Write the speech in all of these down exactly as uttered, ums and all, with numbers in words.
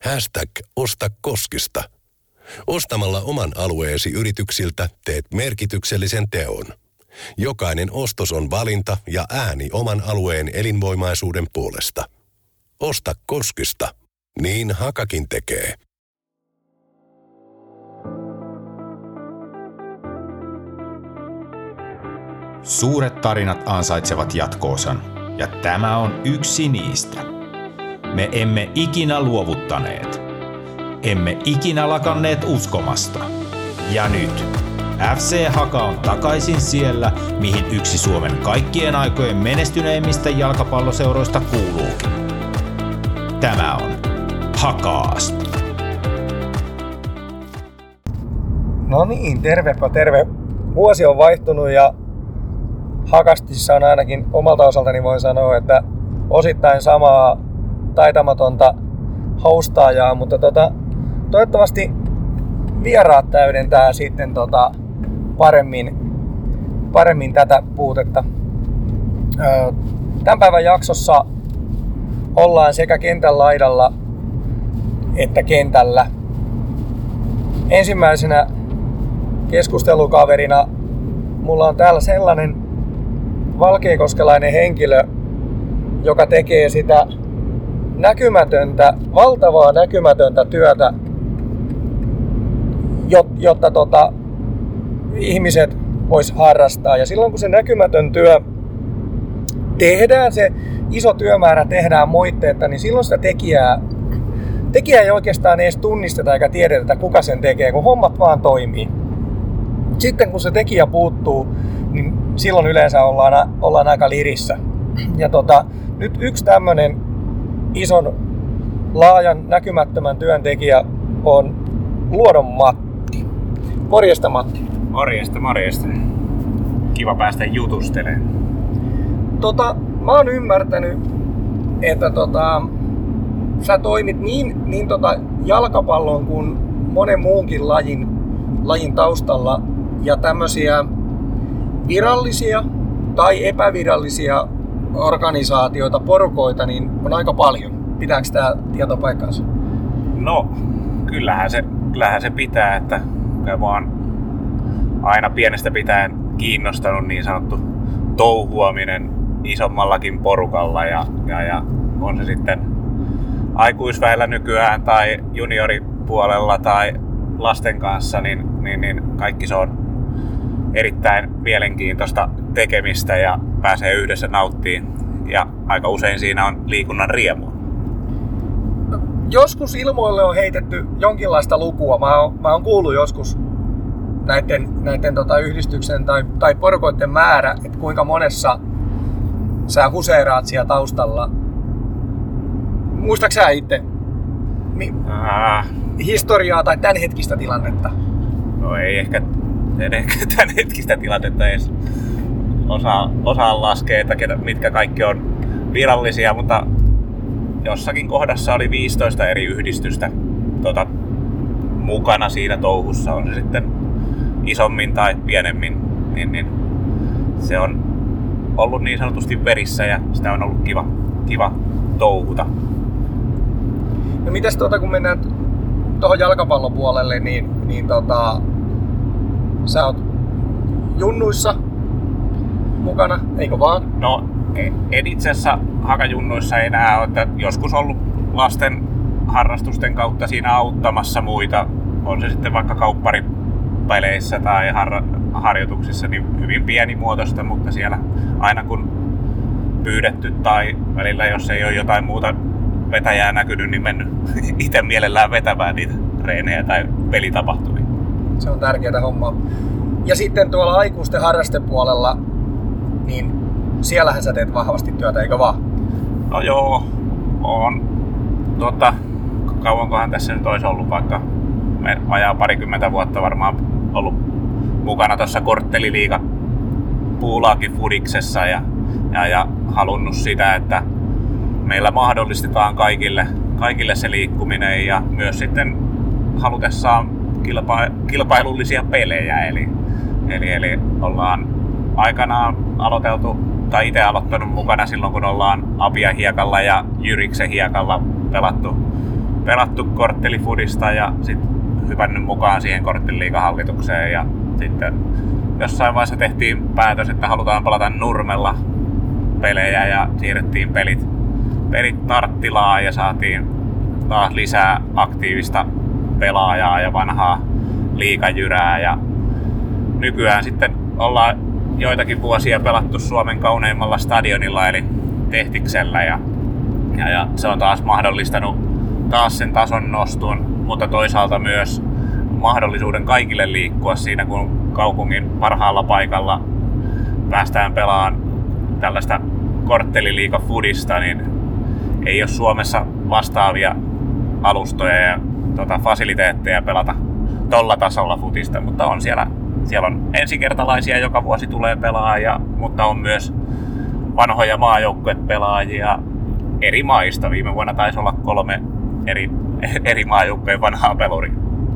Hashtag Osta Koskista. Ostamalla oman alueesi yrityksiltä teet merkityksellisen teon. Jokainen ostos on valinta ja ääni oman alueen elinvoimaisuuden puolesta. Osta Koskista. Niin Hakakin tekee. Suuret tarinat ansaitsevat jatkoosan, ja tämä on yksi niistä. Me emme ikinä luovuttaneet. Emme ikinä lakanneet uskomasta. Ja nyt F C Haka on takaisin siellä, mihin yksi Suomen kaikkien aikojen menestyneimmistä jalkapalloseuroista kuuluukin. Tämä on Hakaast. No niin, tervepä terve. Vuosi on vaihtunut ja Hakastissa on ainakin omalta osaltani voin sanoa, että osittain samaa taitamatonta hostaajaa, mutta tota, toivottavasti vieraat täydentää sitten tota paremmin, paremmin tätä puutetta. Tämän päivän jaksossa ollaan sekä kentän laidalla että kentällä. Ensimmäisenä keskustelukaverina mulla on täällä sellainen valkeakoskelainen henkilö, joka tekee sitä näkymätöntä, valtavaa näkymätöntä työtä, jotta tota, ihmiset vois harrastaa. Ja silloin kun se näkymätön työ tehdään, se iso työmäärä tehdään moitteetta, niin silloin sitä tekijää, tekijää ei oikeastaan edes tunnisteta eikä tiedetä, kuka sen tekee, kun hommat vaan toimii. Sitten kun se tekijä puuttuu, niin silloin yleensä ollaan, ollaan aika lirissä. Ja tota, nyt yksi tämmönen ison, laajan, näkymättömän työntekijä on Luodon Matti. Morjesta Matti. Morjesta, morjesta. Kiva päästä jutustelemaan. Tota, mä oon ymmärtänyt, että tota, sä toimit niin, niin tota jalkapallon kuin monen muunkin lajin, lajin taustalla ja tämmöisiä virallisia tai epävirallisia organisaatioita, porukoita, niin on aika paljon. Pitääkö tämä tieto paikkansa? No, kyllähän se, kyllähän se pitää, että mä oon aina pienestä pitäen kiinnostanut niin sanottu touhuaminen isommallakin porukalla ja, ja, ja on se sitten aikuisväellä nykyään tai junioripuolella tai lasten kanssa, niin, niin, niin kaikki se on erittäin mielenkiintoista tekemistä ja pääsee yhdessä nauttimaan. Ja aika usein siinä on liikunnan riemua. Joskus ilmoille on heitetty jonkinlaista lukua. Mä oon, mä oon kuullut joskus näiden, näiden tota yhdistyksen tai, tai porukoiden määrä, että kuinka monessa sä huseeraat siellä taustalla. Muistatko sä itse Mi- äh. historiaa tai tämänhetkistä tilannetta? No ei ehkä, en ehkä tämänhetkistä tilannetta edes osaa, osaa laskea, että mitkä kaikki on virallisia, mutta jossakin kohdassa oli viisitoista eri yhdistystä tota, mukana siinä touhussa, on se sitten isommin tai pienemmin, niin, niin se on ollut niin sanotusti verissä ja sitä on ollut kiva, kiva touhuta. No mitäs tuota, kun mennään tuohon jalkapallon puolelle, niin, niin tota, sä oot junnuissa mukana, eikö vaan? No en itse asiassa Hakajunnuissa enää ole, joskus ollut lasten harrastusten kautta siinä auttamassa muita. On se sitten vaikka kaupparipeleissä tai har- harjoituksissa, niin hyvin pienimuotoista, mutta siellä aina kun pyydetty tai välillä jos ei ole jotain muuta vetäjää näkynyt, niin mennyt itse mielellään vetämään niitä treenejä tai pelitapahtumia. Se on tärkeää hommaa. Ja sitten tuolla aikuisten harrastepuolella, niin siellähän sä teet vahvasti työtä, eikö vaan? No joo, on. Tota, kauankohan tässä nyt olisi ollut, vaikka vajaa parikymmentä vuotta varmaan ollut mukana tuossa kortteliliiga puulaakin fudiksessa ja, ja, ja halunnut sitä, että meillä mahdollistetaan kaikille, kaikille se liikkuminen ja myös sitten halutessaan kilpa, kilpailullisia pelejä. Eli, eli, eli ollaan aikanaan aloiteltu tai itse aloittanut mukana silloin, kun ollaan Apia hiekalla ja Jyriksen hiekalla pelattu, pelattu korttelifudista ja sitten hypännyt mukaan siihen kortteliliigahallitukseen ja sitten jossain vaiheessa tehtiin päätös, että halutaan pelata Nurmella pelejä ja siirrettiin pelit, pelit Tarttilaan ja saatiin taas lisää aktiivista pelaajaa ja vanhaa liigajyrää ja nykyään sitten ollaan joitakin vuosia pelattu Suomen kauneimmalla stadionilla eli Tehtiksellä ja, ja, ja se on taas mahdollistanut taas sen tason nostun, mutta toisaalta myös mahdollisuuden kaikille liikkua siinä, kun kaupungin parhaalla paikalla päästään pelaamaan tällaista kortteliliigafudista, niin ei ole Suomessa vastaavia alustoja ja tota, fasiliteetteja pelata tolla tasolla futista, mutta on siellä, siellä on ensikertalaisia, joka vuosi tulee pelaajia, mutta on myös vanhoja maajoukkuepelaajia eri maista. Viime vuonna taisi olla kolme eri, eri maajoukkueen vanhaa peluria.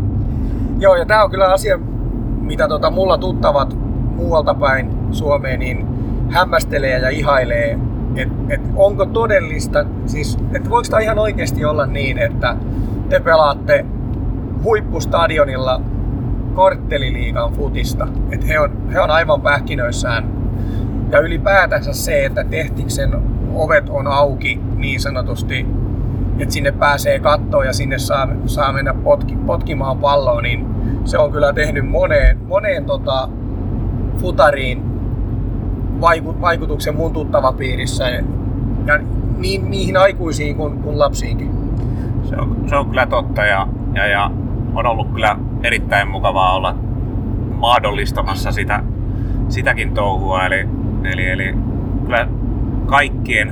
Joo, ja tämä on kyllä asia, mitä tota, mulla tuttavat muualta päin Suomeen, niin hämmästelee ja ihailee, että et onko todellista, siis että voiko tämä ihan oikeasti olla niin, että te pelaatte huippustadionilla kortteliliigan futista, että he on, he on aivan pähkinöissään. Ja ylipäätänsä se, että Tehtiksen ovet on auki niin sanotusti, että sinne pääsee kattoon ja sinne saa, saa mennä potki, potkimaan palloa, niin se on kyllä tehnyt moneen, moneen tota, futariin vaiku, vaikutuksen mun tuttavapiirissä ja niin, niihin aikuisiin kuin, kuin lapsiinkin. Se on, se on kyllä totta ja, ja, ja on ollut kyllä erittäin mukavaa olla mahdollistamassa sitä, sitäkin touhua. Eli, eli, eli kyllä kaikkien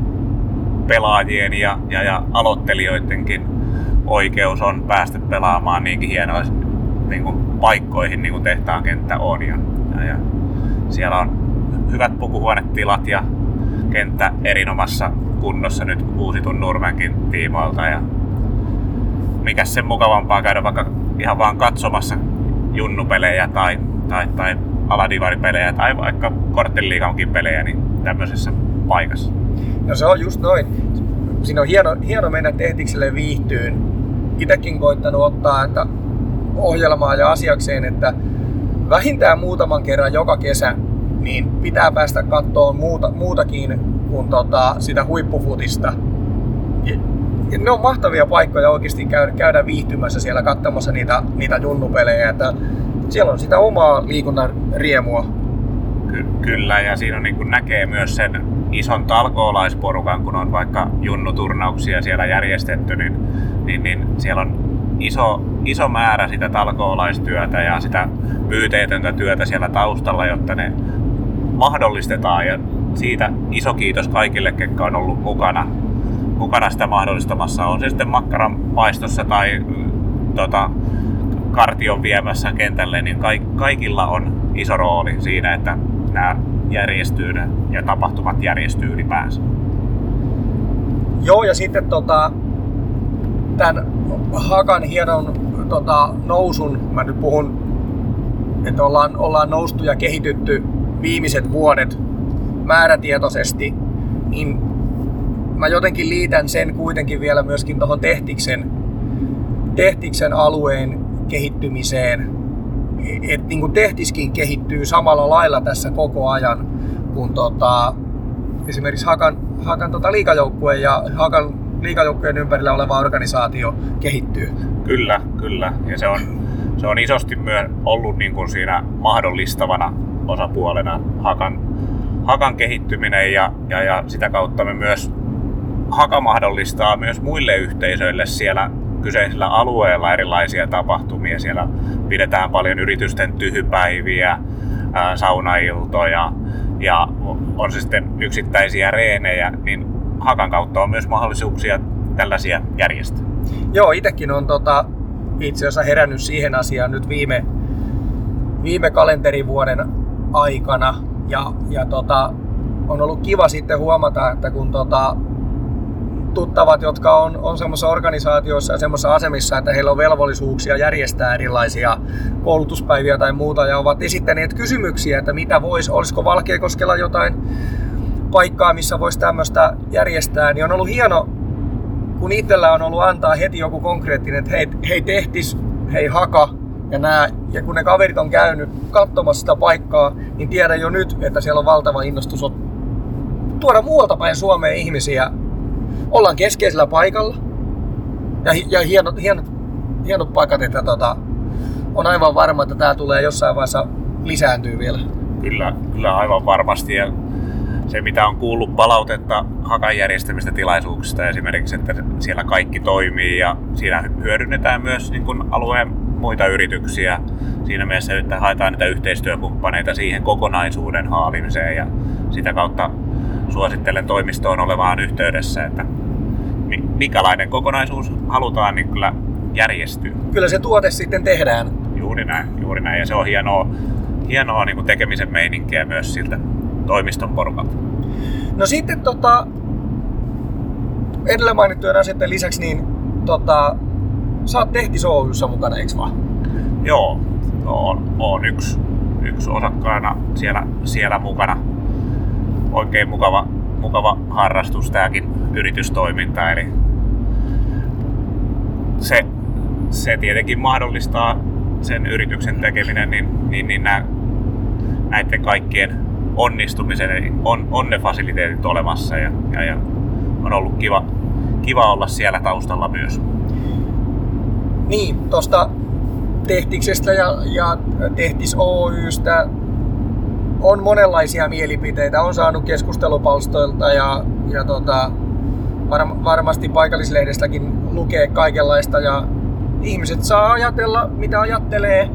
pelaajien ja, ja, ja aloittelijoidenkin oikeus on päästä pelaamaan niinkin hienoihin niin kuin paikkoihin, niin kuin tehtaan kenttä on. Ja, ja, ja siellä on hyvät pukuhuonetilat ja kenttä erinomassa kunnossa nyt uusitun Nurmenkin tiimoilta. Ja mikäs sen mukavampaa käydä vaikka ihan vaan katsomassa junnupelejä tai, tai, tai aladivaripelejä tai vaikka kortteliliigankin pelejä niin tämmöisessä paikassa. No se on just noin. Siinä on hieno, hieno mennä Tehtikselle viihtyyn. Itsekin koittanut ottaa että ohjelmaa ja asiakseen, että vähintään muutaman kerran joka kesä niin pitää päästä katsomaan muuta, muutakin kuin tota, sitä huippufutista. Ja, ja ne on mahtavia paikkoja oikeasti käydä, käydä viihtymässä siellä katsomassa niitä, niitä junnupelejä. Että siellä on sitä omaa liikunnan riemua. Ky- kyllä, ja siinä on, niin kuin näkee myös sen ison talkoolaisporukan, kun on vaikka junnuturnauksia siellä järjestetty, niin, niin, niin siellä on iso, iso määrä sitä talkoolaistyötä ja sitä pyyteetöntä työtä siellä taustalla, jotta ne mahdollistetaan. Ja siitä iso kiitos kaikille, ketkä on ollut mukana, mukana sitä mahdollistamassa. On se sitten makkaran paistossa tai tota, kartion viemässä kentälle, niin kaikilla on iso rooli siinä, että nämä järjestyy ja tapahtumat järjestyy ylipäänsä. Joo, ja sitten tota, tämän Hakan hienon tota, nousun, mä nyt puhun, että ollaan, ollaan noustu ja kehitytty viimeiset vuodet määrätietoisesti, niin mä jotenkin liitän sen kuitenkin vielä myöskin tuohon Tehtiksen, Tehtiksen alueen kehittymiseen. Että niin kuin Tehtiskin kehittyy samalla lailla tässä koko ajan, kun tota, esimerkiksi Hakan, Hakan tota liigajoukkue ja Hakan liigajoukkueen ympärillä oleva organisaatio kehittyy. Kyllä, kyllä. Ja se on, se on isosti myös ollut niin kuin siinä mahdollistavana osapuolena Hakan, Hakan kehittyminen ja, ja, ja sitä kautta me myös Haka mahdollistaa myös muille yhteisöille siellä kyseisellä alueella erilaisia tapahtumia. Siellä pidetään paljon yritysten tyhypäiviä, ää, saunailtoja ja on se sitten yksittäisiä reenejä, niin Hakan kautta on myös mahdollisuuksia tällaisia järjestää. Joo, itsekin on tota, itse asiassa herännyt siihen asiaan nyt viime, viime kalenterivuoden aikana ja, ja tota, on ollut kiva sitten huomata, että kun tota, tuttavat, jotka on, on semmoisissa organisaatioissa ja semmoisissa asemissa, että heillä on velvollisuuksia järjestää erilaisia koulutuspäiviä tai muuta ja ovat esittäneet kysymyksiä, että mitä voisi, olisiko Valkeakoskella jotain paikkaa, missä voisi tämmöistä järjestää, niin on ollut hieno kun itsellä on ollut antaa heti joku konkreettinen, että hei, hei tehtis, hei haka ja nää, ja kun ne kaverit on käynyt katsomassa sitä paikkaa, niin tiedän jo nyt, että siellä on valtava innostus tuoda muualta päin Suomeen ihmisiä. Ollaan keskeisellä paikalla ja, ja hienot, hienot, hienot paikat, että tota, on aivan varma, että tää tulee jossain vaiheessa lisääntyy vielä. Kyllä, kyllä aivan varmasti. Ja se, mitä on kuullut palautetta hakan järjestämistä tilaisuuksista esimerkiksi, että siellä kaikki toimii ja siinä hyödynnetään myös niin kuin alueen muita yrityksiä siinä mielessä, että haetaan niitä yhteistyökumppaneita siihen kokonaisuuden haalimiseen ja sitä kautta suosittelen toimistoon olevaan yhteydessä, että mikälainen kokonaisuus halutaan, niin kyllä järjestyy. Kyllä se tuote sitten tehdään. Juuri näin, juuri näin. Ja se on hienoa, hienoa niin kuin tekemisen meininkiä myös siltä toimiston porukalta. No sitten tota, edellä mainittujen asioiden lisäksi, niin tota, sä oot Tehtis Oy:ssä mukana, eikö vaan? Joo, oon, oon yksi, yksi osakkaana siellä, siellä mukana. Oikein mukava, mukava harrastus tääkin yritystoiminta, eli se, se tietenkin mahdollistaa sen yrityksen tekeminen, niin, niin, niin nää, näiden kaikkien onnistumisen, eli on, on ne fasiliteetit olemassa ja, ja, ja on ollut kiva, kiva olla siellä taustalla myös. Niin, tuosta Tehtiksestä ja, ja Tehtis Oy:stä on monenlaisia mielipiteitä, on saanut keskustelupalstoilta ja, ja tota, var, varmasti paikallislehdestäkin lukee kaikenlaista ja ihmiset saa ajatella mitä ajattelee.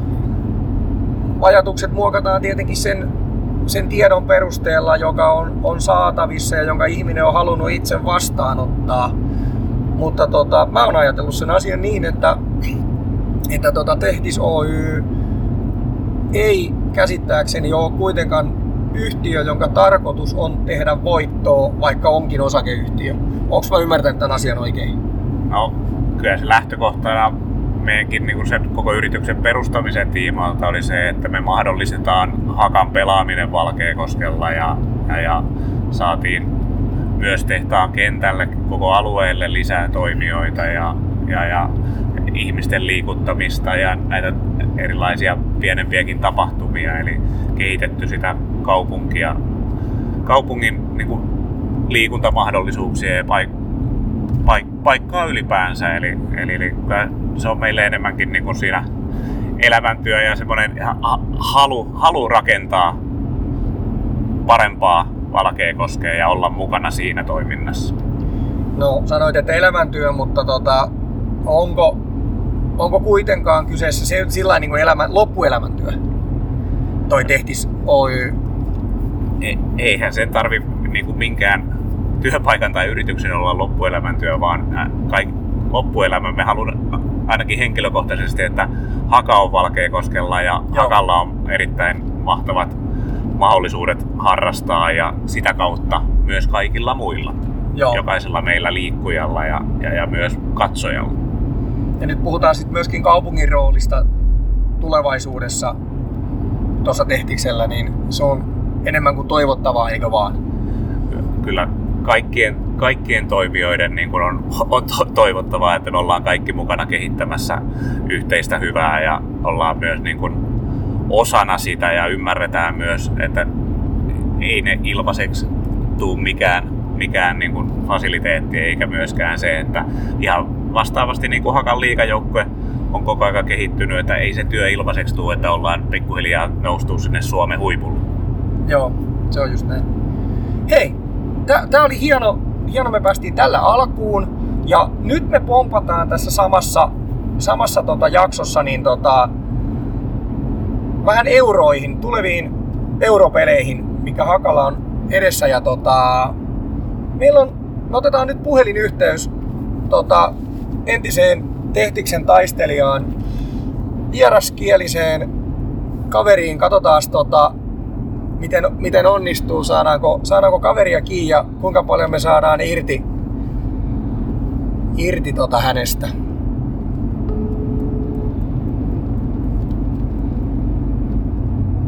Ajatukset muokataan tietenkin sen, sen tiedon perusteella, joka on, on saatavissa ja jonka ihminen on halunnut itse vastaanottaa. Mutta tota, mä oon ajatellut sen asian niin, että, että tota Tehtis Oy ei käsittääkseni ole kuitenkaan yhtiö, jonka tarkoitus on tehdä voittoa, vaikka onkin osakeyhtiö. Onko mä ymmärtänyt tämän asian oikein? No, kyllä se lähtökohtana meidänkin niin sen koko yrityksen perustamisen tiimoilta oli se, että me mahdollistetaan hakan pelaaminen Valkeakoskella ja, ja, ja saatiin myös tehtaan kentälle koko alueelle lisää toimijoita ja, ja, ja ihmisten liikuttamista ja näitä erilaisia pienempiäkin tapahtumia, eli kehitetty sitä kaupunkia, kaupungin niin kuin liikuntamahdollisuuksia ja paik- paik- paikkaa ylipäänsä, eli, eli, eli se on meille enemmänkin niin kuin siinä elämäntyö ja semmoinen halu, halu rakentaa parempaa Valkeakoskea ja olla mukana siinä toiminnassa. No sanoit, että elämäntyö, mutta tota, onko, onko kuitenkaan kyseessä se sillä niin kuin elämän, loppuelämäntyö? Toi Tehtis Oy. E, eihän sen tarvi niin kuin minkään työpaikan tai yrityksen olla loppuelämäntyö, vaan kaik, loppuelämän me haluan ainakin henkilökohtaisesti, että haka on Valkeakoskella ja Joo. hakalla on erittäin mahtavat mahdollisuudet harrastaa ja sitä kautta myös kaikilla muilla. Joo. Jokaisella meillä liikkujalla ja, ja, ja myös katsojalla. Ja nyt puhutaan sitten myöskin kaupungin roolista tulevaisuudessa tuossa Tehtiksellä, niin se on enemmän kuin toivottavaa, eikö vaan? Kyllä kaikkien, kaikkien toimijoiden niin kun on, on to, toivottavaa, että me ollaan kaikki mukana kehittämässä yhteistä hyvää ja ollaan myös niin kun osana sitä ja ymmärretään myös, että ei ne ilmaiseksi tule mikään, mikään niin kuin fasiliteetti eikä myöskään se, että ihan vastaavasti niin kuin Hakan liigajoukkue on koko ajan kehittynyt, että ei se työ ilmaiseksi tule, että ollaan pikkuhiljaa noustu sinne Suomen huipulle. Joo, se on just näin. Hei, tää oli hieno, hieno, me päästiin tällä alkuun ja nyt me pompataan tässä samassa, samassa tota jaksossa niin tota, vähän euroihin, tuleviin europeleihin, mikä Hakalla on edessä. Ja tota, meillä on, me otetaan nyt puhelinyhteys tota, entiseen Tehtiksen taistelijaan, vieraskieliseen kaveriin. Katsotaan, tota, miten, miten onnistuu, saadaanko, saadaanko kaveria kiinni ja kuinka paljon me saadaan irti, irti tota hänestä.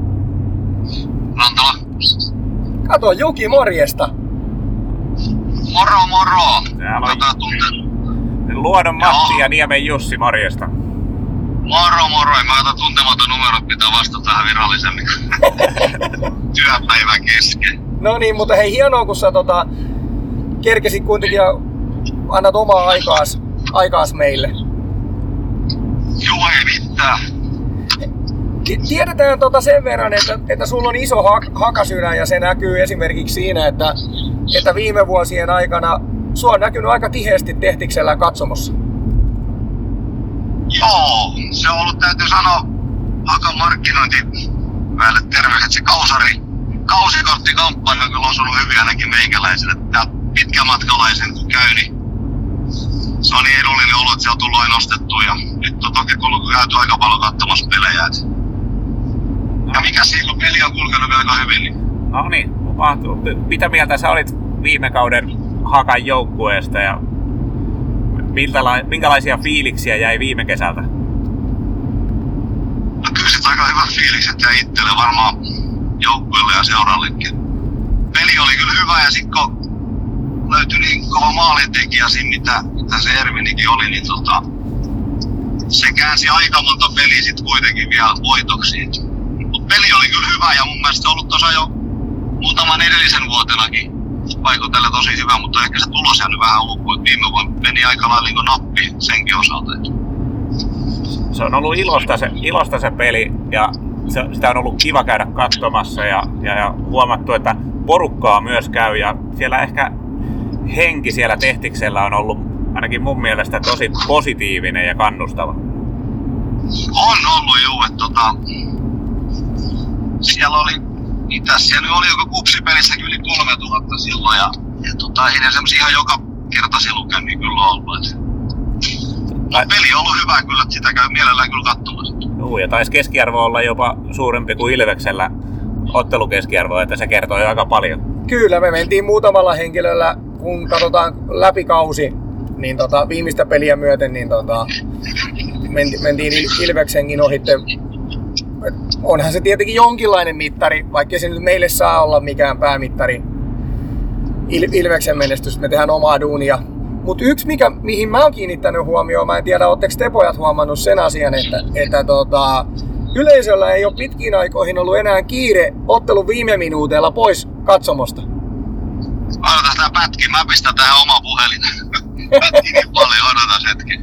Rantola. Kato, Juki, morjesta. Moro moro! Täällä on Tota, tunte... Luodon Matti Joo. ja Niemen Jussi, morjesta. Moro moro! Mä otan tuntematon numerot, pitää vastata tähän virallisemmin. Työpäivän kesken. No niin, mutta hei, hienoa kun sä tota, kerkesit kuitenkin ja annat omaa aikaas, aikaas meille. Joo, ei mitään. Tiedetään tota sen verran, että, että sulla on iso ha- hakasydän ja se näkyy esimerkiksi siinä, että, että viime vuosien aikana sua on näkynyt aika tiheästi Tehtiksellä katsomossa. Joo, se on ollut, täytyy sanoa, Hakan markkinointiväelle terveiset, se kausari, kausikorttikampanja on kyllä osunut hyvin ainakin meikäläisille. Tää pitkämatkalaisen kun käy, niin se on niin edullinen olo, että se on tullut aina ostettua ja nyt on toki käyty aika paljon katsomassa pelejä. Et. Ja mikä siinä on, peli on kulkenut aika hyvin. Niin. No niin, mitä mieltä sä olit viime kauden Hakan joukkueesta ja minkälaisia fiiliksiä jäi viime kesältä? No kyllä sit aika hyvät fiilikset jäi itselle varmaan joukkueelle ja seurallekin. Peli oli kyllä hyvä ja sit kun löytyi niin kova maalintekijä siinä, mitä, mitä se Ervinikin oli, niin tota, se käänsi aika monta peliä sit kuitenkin vielä voitoksi. Mut peli oli kyllä hyvä ja mun mielestä se on ollut tossa jo muutaman edellisen vuotenakin vaikutelle tosi hyvä, mutta ehkä se tulos jäänyt vähän uupuu, että viime vuonna meni aika lailla niin nappi senkin osalta. Se on ollut ilosta se, ilosta se peli ja se, sitä on ollut kiva käydä katsomassa ja, ja, ja huomattu, että porukkaa myös käy ja siellä ehkä henki siellä Tehtiksellä on ollut ainakin mun mielestä tosi positiivinen ja kannustava. On ollut juu, että tota, siellä oli, mitäs siellä oli joku kupsipelissäkin yli kolmetuhatta silloin ja, ja tota, ei ne semmosia ihan joka kertaisia lukemia kyllä ollut. Et. Ai. Peli on ollut hyvä kyllä, että sitä käy mielellään kyllä katsomassa. Joo, ja taisi keskiarvo olla jopa suurempi kuin Ilveksellä ottelukeskiarvo, että se kertoo jo aika paljon. Kyllä, me mentiin muutamalla henkilöllä, kun katsotaan läpikausi, niin tota, viimeistä peliä myöten, niin tota, menti, mentiin Ilveksenkin ohitte. Onhan se tietenkin jonkinlainen mittari, vaikka se nyt meille saa olla mikään päämittari Il- Ilveksen menestys, me tehdään omaa duunia. Mutta yksi, mikä, mihin mä oon kiinnittänyt huomioon, mä en tiedä, ootteko te pojat huomannut sen asian, että, että tota, yleisöllä ei ole pitkiin aikoihin ollut enää kiire ottelun viime minuuteilla pois katsomosta. Odotas tää pätki, mä pistän tähän oma puhelin. Pätki niin paljon, odotas hetki.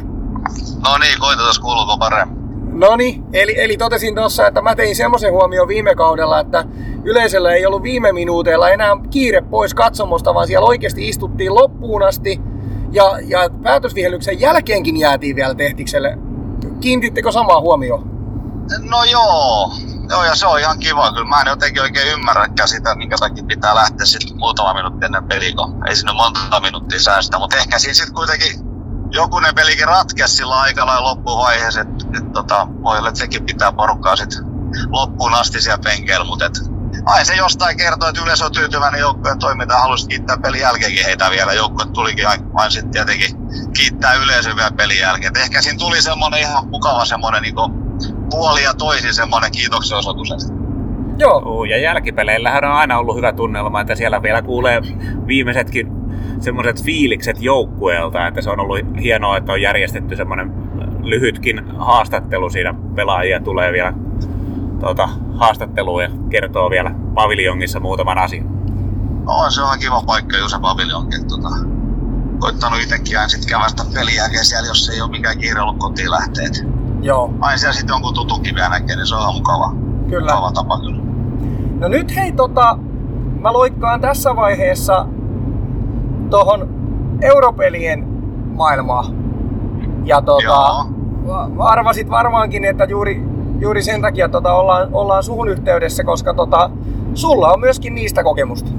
No niin, koitetaan kuuluuko paremmin. Noniin, eli, eli totesin tuossa, että mä tein semmoisen huomioon viime kaudella, että yleisöllä ei ollut viime minuuteilla enää kiire pois katsomosta, vaan siellä oikeasti istuttiin loppuun asti ja, ja päätösvihellyksen jälkeenkin jäätiin vielä Tehtikselle. Kiinnitittekö samaa huomioon? No joo, joo ja se on ihan kiva. Kyllä mä en jotenkin oikein ymmärräkään sitä, minkä takia pitää lähteä sitten muutama minuutti ennen peliä, ei siinä monta minuuttia säästä, mutta ehkä siinä sitten kuitenkin jokunen pelikin ratkesi sillä aika lailla loppuvaiheessa, että et, tota, voi olla, että sekin pitää porukkaa sitten loppuun asti siellä penkeillä, mutta et, ai se jostain kertoo, että yleisö on tyytyväinen joukkueen toimintaan, halusi kiittää pelin jälkeenkin heitä vielä, joukkue tulikin vain sitten tietenkin kiittää yleisöä vielä pelin jälkeen. Et ehkä siinä tuli semmonen ihan mukava semmonen niinku puoli ja toisin semmonen kiitoksen osoitus. Joo. Ja jälkipeleillähän on aina ollut hyvä tunnelma, että siellä vielä kuulee viimeisetkin semmoiset fiilikset joukkueelta, että se on ollut hienoa, että on järjestetty semmoinen lyhytkin haastattelu siinä, pelaajia tulee vielä tuota, haastatteluun ja kertoo vielä paviljongissa muutaman asian. No se on kiva paikka just se paviljonki, tota, koittanut itsekin aina sitten kävästä pelin jälkeen siellä, jos ei ole mikään kiire ollut kotiin lähteet. Joo. Aina siellä sitten jonkun tutukin vielä näkee, niin se on ihan mukava, kyllä. mukava tapa kyllä. No nyt hei, tota, mä loikkaan tässä vaiheessa tuohon europelien maailmaan. Ja tota, arvasit varmaankin, että juuri, juuri sen takia tota ollaan, ollaan suhun yhteydessä, koska tota, sulla on myöskin niistä kokemusta.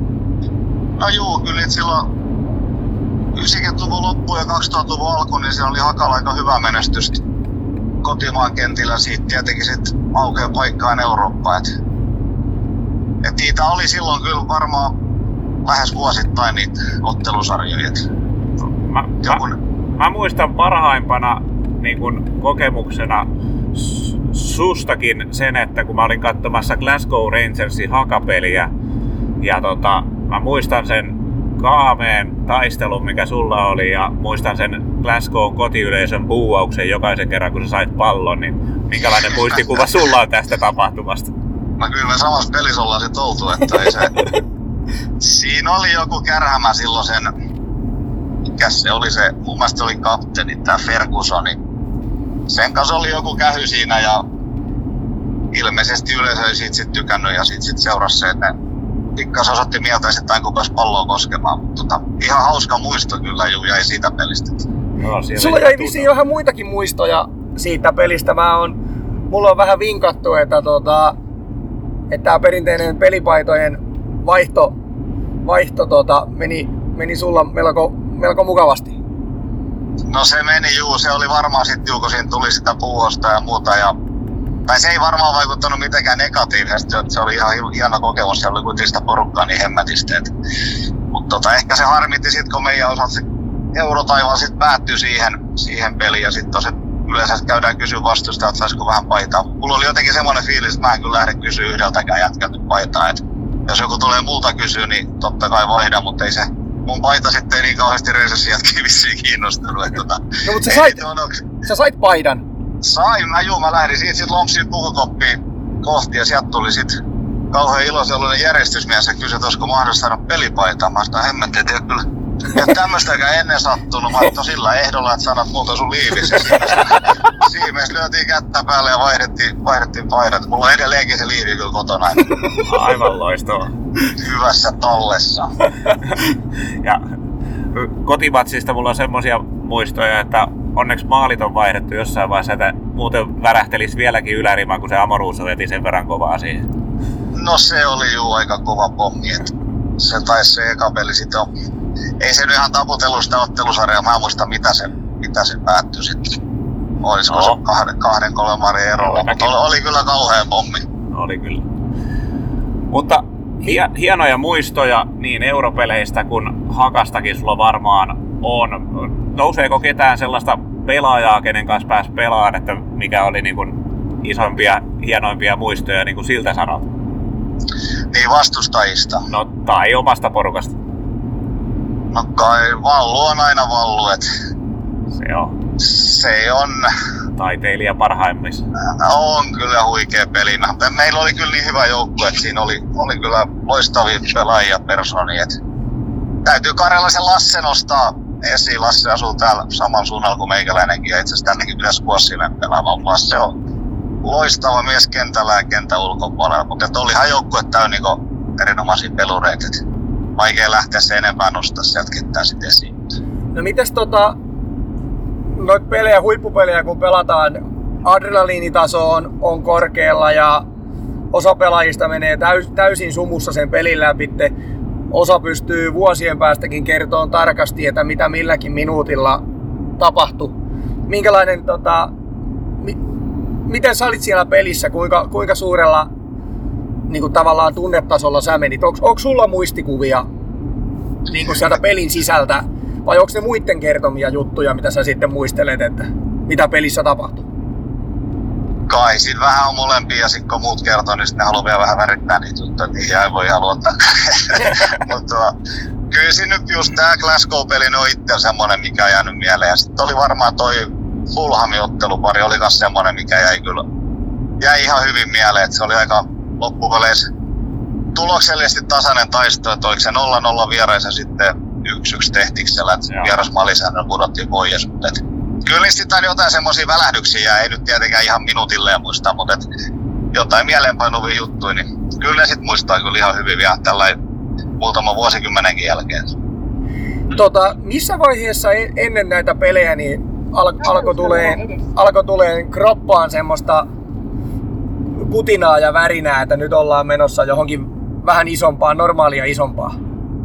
No juu, kyllä nyt silloin yhdeksänkymmentäluvun loppuun ja kaksituhattaluvun alkuun, niin siellä oli Hakalla aika hyvä menestys kotimaan kentillä. Siitä tietenkin sit aukeaa paikkaan Eurooppaan. Et, et niitä oli silloin kyllä varmaan lähes vuosittain niitä ottelusarjoja. Mä, Joku... mä, mä muistan parhaimpana niin kun kokemuksena sustakin sen, että kun mä olin katsomassa Glasgow Rangersin Hakapeliä ja tota, mä muistan sen kaameen taistelun, mikä sulla oli, ja muistan sen Glasgown kotiyleisön buuauksen jokaisen kerran, kun sä sait pallon, niin minkälainen muistikuva sulla on tästä tapahtumasta? No kyllä me samassa pelissä ollaan sit oltu, että ei se... Siinä oli joku kärhämä silloin sen... Mikäs se oli se, mun mielestä se oli kapteeni, tää Ferguson, niin sen kanssa oli joku kähy siinä ja ilmeisesti yleisö ei siitä sit tykännyt ja sit, sit seurasi se, että ne pikkas osoitti mieltä ja sitten kukas palloa koskemaan. Mutta tota, ihan hauska muisto kyllä juu jäi siitä pelistä. No, sulla jäi vissiin ihan muitakin muistoja siitä pelistä. Mä on, mulla on vähän vinkattu, että tota, että tää perinteinen pelipaitojen vaihto, vaihto tota, meni, meni sulla melko, melko mukavasti. No se meni juu, se oli varmaan sit juu, kun siinä tuli sitä puuosta ja muuta. Ja, tai se ei varmaan vaikuttanut mitenkään negatiivisesti, että se oli ihan hieno kokemus, siellä oli kuitenkin sitä porukkaa niin hemmätistä. Mutta tota, ehkä se harmitti sit, kun meidän osat se eurotaival sit päättyi siihen, siihen peliin ja sit tosiaan yleensä käydään kysyä vastusta, että saisiko vähän paitaa. Mulla oli jotenkin semmoinen fiilis, että mä en kyllä lähde kysyä yhdeltäkään jätkältä paitaa. Et jos joku tulee multa kysyä, niin totta kai vaihdan, mutta ei se mun paita sitten ei niin kauheasti reisessi jätkiä vissiin kiinnostunut. Tota, no mutta sä sait, sä sait paidan. Sain, mä juu, mä lähdin siitä sit lompsiin puhukoppiin kohti ja sieltä tuli sit kauhean iloinen järjestysmies ja kysyi, että olisiko mahdollista saada pelipaitaa. Mä sanoin, hemmetti, et ei ole kyllä ei ole tämmöstäkään ennen sattunut. Mä oon sillä ehdolla, että sanat multa sun liivis. Siimeessä lyötiin kättä päälle ja vaihdettiin, vaihdettiin paidat. Mulla on edelleenkin se liivi kyllä kotona. Aivan loistavaa. Hyvässä tallessa. Ja kotimatsista mulla on semmosia muistoja, että onneksi maalit on vaihdettu jossain vaiheessa, että muuten värähtelisi vieläkin ylärimaan, kun se Amoruuso veti sen verran kovaa siihen. No se oli juu aika kova pommi, että se taisi se eka peli sitten on. Ei se nyt ihan taputellut sitä ottelusarjaa, mä en muista mitä se, mitä se päättyi sitten. Olisiko no. se kahden, kahden kolmen marin erolla, mutta oli, oli kyllä kauhea pommi. Oli kyllä. Mutta hienoja muistoja niin europeleistä kuin Hakastakin sulla varmaan on. Nouseeko ketään sellaista pelaajaa, kenen kanssa pääsi pelaamaan, että mikä oli niin kuin isompia, hienoimpia muistoja, niin kuin siltä sanot? Niin vastustajista. No tai omasta porukasta. No kai Vallu on aina Vallu, et se on. Se on. Taiteilija parhaimmissa. On kyllä huikea peli. Meillä oli kyllä niin hyvä joukkue, että siinä oli, oli kyllä loistavia pelaajia persoonia. Täytyy Karjalaisen Lasse nostaa esiin. Lasse asuu täällä saman suunnalla kuin meikäläinenkin ja itse asiassa tännekin pitäisi Kuossimen pelaamaan. Lasse on loistava mies kentällä ja kentän ulkopuolella, mutta olihan joukkue täynnä niin erinomaisia pelureita. Vaikea lähteä se enempää nostaa sieltä kenttää sitten esiin. No mites tota, noita pelejä, huippupelejä kun pelataan, adrenaliinitaso on, on korkealla ja osa pelaajista menee täys, täysin sumussa sen pelin läpi. Osa pystyy vuosien päästäkin kertomaan tarkasti, että mitä milläkin minuutilla tapahtui. Minkälainen, tota, mi, miten sä olit siellä pelissä, kuinka, kuinka suurella niin kuin tavallaan tunnetasolla sä menit? Onko, onko sulla muistikuvia niin kuin sieltä pelin sisältä vai onko ne muiden kertomia juttuja, mitä sä sitten muistelet, että mitä pelissä tapahtui? Kai siinä vähän on molempia ja sitten kun muut kertoo, niin sitten ne haluaa vielä vähän värittää niitä juttuja, että niihin ei voi ihan luottaa. Mutta kyllä siinä nyt just tää Glasgow-peli on itse semmonen, mikä on jäänyt mieleen. Ja sitten oli varmaan toi Fulhamin ottelupari oli kans semmonen, mikä jäi kyllä jäi ihan hyvin mieleen, että se oli aika loppupeleissä tuloksellisesti tasainen taisto, että oliko se nolla nolla viereisen sitten yksi yksi tehtiksellä, että vieras Malisäännöllä pudottiin pois. Mutta et, kyllä niistä jotain semmosia välähdyksiä, ei nyt tietenkään ihan minuutilleen muista, mutta et, jotain mieleenpainuvia juttuja, niin kyllä ne sit muistaa kyllä ihan hyvin vielä tällainen muutama vuosikymmenenkin jälkeen. Tota, missä vaiheessa ennen näitä pelejä niin al- alkoi tulee, alko tulee kroppaan semmoista putinaa ja värinää, että nyt ollaan menossa johonkin vähän isompaan, normaalia isompaa?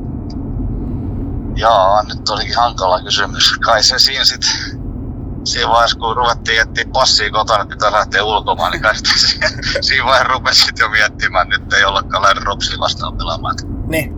Jaa, nyt olikin hankala kysymys. Kai se siinä sit, siinä vaiheessa kun ruvettiin etsiä passia kotona, että pitää lähteä ulkomaan, niin kai siinä, siinä vaiheessa rupesit jo miettimään, että nyt ei ollakaan lähde Ropsia vastaan pelaamaan. Niin.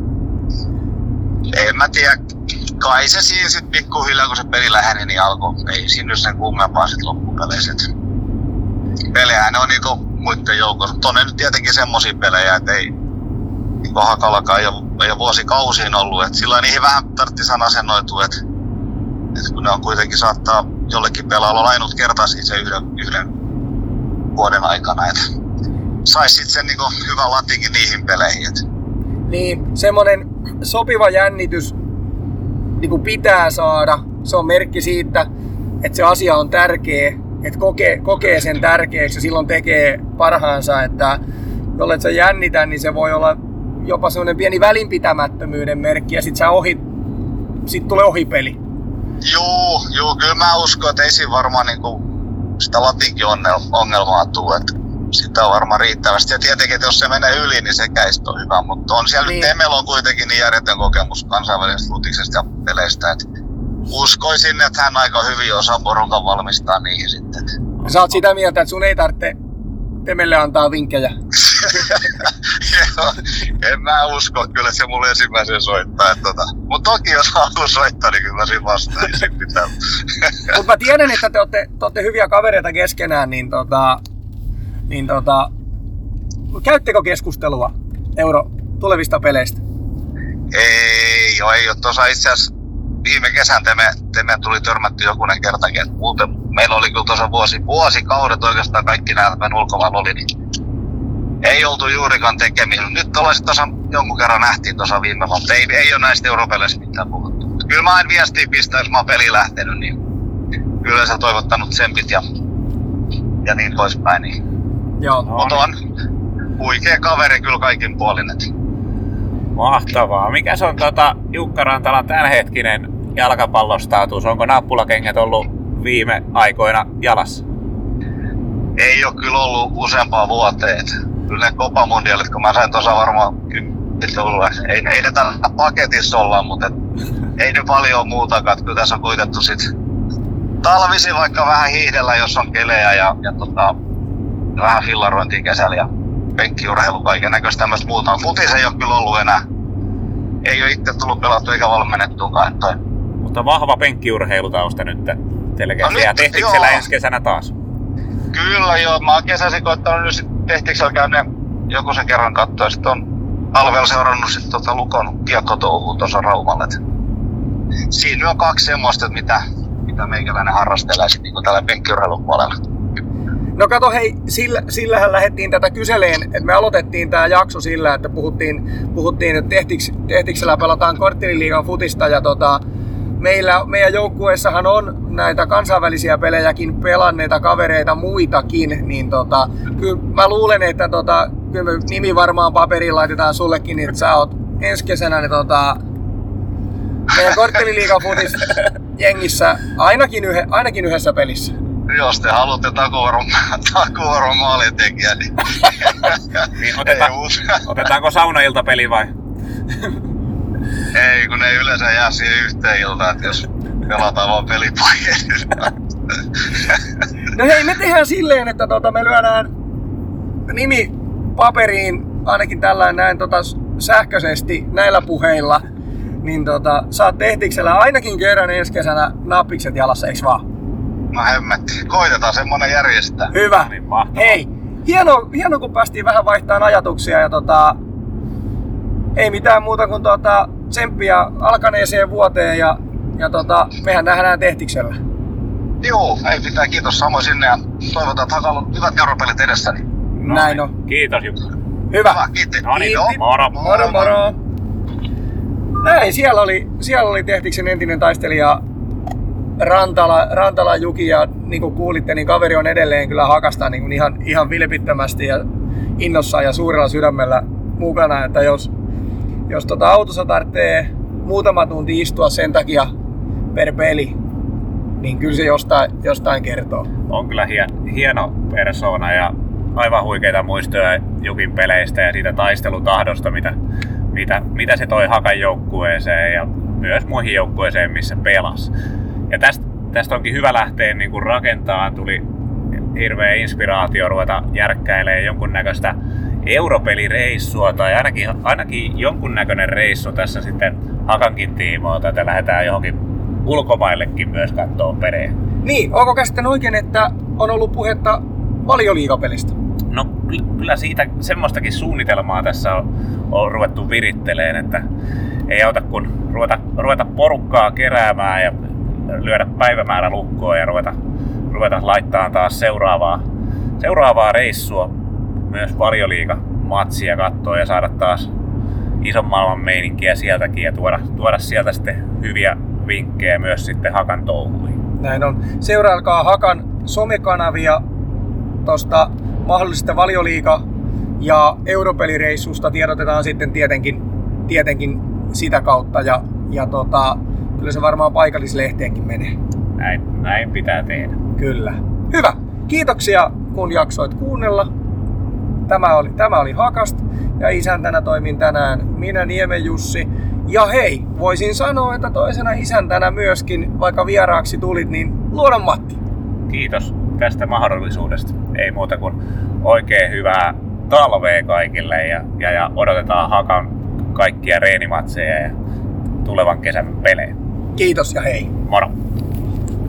En mä tiedä. Kai se siinä sit pikkuhiljaa, kun se peli läheni, niin alkoi. Ei siinä sen kummempaa sit loppupeleissä. Pelejä ne on niinku muiden joukossa, mutta on ne nyt tietenkin semmosia pelejä, että ei, niin Hakallakaan ei ole, ei ole vuosikausiin ollut. Et sillä niihin vähän tarvitsisi asennoitua, että et kun ne on kuitenkin saattaa jollekin pelaalla olla ainut kertaisia se yhden, yhden vuoden aikana. Et sais sit sen niinku hyvän latinkin niihin peleihin. Et. Niin, semmonen sopiva jännitys niinku pitää saada. Se on merkki siitä, että se asia on tärkeä, että kokee, kokee sen tärkeäksi ja silloin tekee parhaansa, että jollet sä jännitä, niin se voi olla jopa semmoinen pieni välinpitämättömyyden merkki ja sit sä ohi, sit tulee ohipeli. Juu, juu, kyllä mä uskon, että ei siinä varmaan niinku sitä latinkin ongelmaa tule, että sitä on varmaan riittävästi. Ja tietenkin, että jos se menee yli, niin sekään ei ole hyvä, mutta on siellä niin. Nyt Emel on kuitenkin niin järjetön kokemus kansainvälisestä futiksesta ja peleistä, että uskoisin, että hän aika hyvin osaa porukan valmistaa niihin sitten. Sä oot sitä mieltä, että sun ei tarvitse Temelle antaa vinkkejä? Joo, en mä usko kyllä, että se mulle ensimmäisen soittaa. Tota. Mutta toki jos haluaa soittaa, niin kyllä mä siinä vastaisin pitää. Mutta mä tiedän, että te olette, te olette hyviä kavereita keskenään, niin, tota, niin tota, käyttekö keskustelua euro tulevista peleistä? Ei, joo, ei ole tuossa itse asiassa viime kesän Teme, Teme tuli törmätty jokunen kertakin. Muuten meillä oli kyllä tuossa vuosi, vuosikaudet oikeastaan kaikki nämä meidän ulkomailla oli, niin ei oltu juurikaan tekemistä. Nyt ollaan tuossa jonkun kerran nähtiin tuossa viime vuonna, mutta ei, ei ole näistä europeleistä mitään puhuttu. Mutta kyllä mä en viestiä pistä, jos mä oon peliin lähtenyt, niin kyllä sä toivottanut tsempit ja, ja niin poispäin. Niin. Joo. Mutta on huikea kaveri kyllä kaikin puolin. Mahtavaa. Mikäs on tota Jukka Rantalan tämänhetkinen jalkapallostatus? Onko nappulakengät ollut viime aikoina jalassa? Ei ole kyllä ollut useampaa vuoteen. Kyllä ne Copa Mundialit, kun mä sain tuossa varmaan kymmenen, ei, ei ne tällä paketissa olla, mutta et, ei nyt paljon muutakaan. Kyllä tässä on kuitettu sit talvisin vaikka vähän hiihdellä, jos on kelejä ja, ja tota, vähän fillarointia kesällä ja penkkiurheilu, kaiken näköistä tämmöistä muuta. Futis ei ole kyllä ollut enää. Ei ole itse tullut pelattu eikä valmennettuakaan. Mutta vahva penkkiurheilutausta nyt teille. No ja Tehtiksellä ensi kesänä taas? Kyllä joo. Mä oon kesäisin koittanut nyt sitten Tehtiksellä käydä joku sen kerran katsoa. Ja sitten on talvella seurannut sitten tota Lukon kiekkotouhua tuossa Raumalle. Siinä on kaksi semmoista, mitä, mitä meikäläinen harrastelee sitten niin tällä penkkiurheilun puolella. No kato hei, sillä, sillähän lähdettiin tätä kyseleen, että me aloitettiin tämä jakso sillä, että puhuttiin, puhuttiin että Tehtiks, Tehtiksellä pelataan kortteliliigan futista ja tota, meillä, meidän joukkueessahan on näitä kansainvälisiä pelejäkin pelanneita kavereita muitakin, niin tota, kyllä mä luulen, että tota, kyllä me nimi varmaan paperiin laitetaan sullekin, niin sä oot ensi kesänä niin tota, meidän kortteliliigan futis jengissä ainakin, yhe, ainakin yhdessä pelissä. Jos te haluatte takuvuoron maalintekijä, niin, niin oteta, otetaanko saunailtapeli vai? Ei, kun ne yleensä jää siihen yhteen iltaan, että jos pelataan vaan pelipaikkeja. No hei, me tehdään silleen, että tota, me lyödään nimi paperiin, ainakin tällainen näin tota, sähköisesti näillä puheilla, niin tota, saat Tehtiksellä ainakin kerran ensi kesänä nappikset jalassa, eiks vaan? No hemmetti. Koitetaan semmonen järjestää. Hyvä. Niin, hei, hieno, hieno kun päästiin vähän vaihtamaan ajatuksia ja tota, ei mitään muuta kuin tota, tsemppiä alkaneeseen vuoteen ja, ja tota, mehän nähdään Tehtiksellä. Joo, ei pitää. Kiitos samoin sinne ja toivotaan, että Hakalla on hyvät europelit edessä. Niin. No, näin on. Kiitos Jukka. Hyvä. Hyvä, kiitti. No niin, moro. Moro moro. Näin, siellä oli, siellä oli Tehtiksen entinen taistelija Rantala, Rantala Juki ja niin kuin kuulitte, niin kaveri on edelleen kyllä Hakasta niin kuin ihan, ihan vilpittömästi ja innossaan ja suurella sydämellä mukana, että jos, jos tota autossa tarvitsee muutama tunti istua sen takia per peli, niin kyllä se jostain, jostain kertoo. On kyllä hien, hieno persoona ja aivan huikeita muistoja Jukin peleistä ja siitä taistelutahdosta, mitä, mitä, mitä se toi Hakan joukkueeseen ja myös muihin joukkueeseen, missä pelasi. Ja tästä, tästä onkin hyvä lähteä niin kuin rakentamaan. Tuli hirveä inspiraatio ruveta järkkäilemään jonkunnäköistä europelireissua tai ainakin, ainakin jonkunnäköinen reissu tässä sitten Hakankin tiimoilta, että lähdetään johonkin ulkomaillekin myös katsoa pelejä. Niin, onko käsittänyt oikein, että on ollut puhetta Valioliigapelistä? No kyllä siitä semmoistakin suunnitelmaa tässä on, on ruvettu viritteleen, että ei auta kun ruveta, ruveta porukkaa keräämään ja lyödä päivämäärä lukkoon ja ruveta, ruveta laittaa taas seuraavaa, seuraavaa reissua myös Valioliiga-matsia katsoa ja saada taas ison maailman meininkiä sieltäkin ja tuoda, tuoda sieltä sitten hyviä vinkkejä myös sitten Hakan touhuihin. Näin on. Seurailkaa Hakan somekanavia tuosta mahdollisesta Valioliiga- ja Europelireissusta. Tiedotetaan sitten tietenkin, tietenkin sitä kautta ja, ja tota, kyllä se varmaan paikallislehteenkin menee. Näin, näin pitää tehdä. Kyllä. Hyvä. Kiitoksia kun jaksoit kuunnella. Tämä oli, tämä oli Hakast ja isäntänä toimin tänään minä Niemen Jussi. Ja hei, voisin sanoa, että toisena isäntänä myöskin, vaikka vieraaksi tulit, niin Luodon Matti. Kiitos tästä mahdollisuudesta. Ei muuta kuin oikein hyvää talvea kaikille ja, ja, ja odotetaan Hakan kaikkia reenimatseja ja tulevan kesän pelejä. Kiitos ja hei. Moro!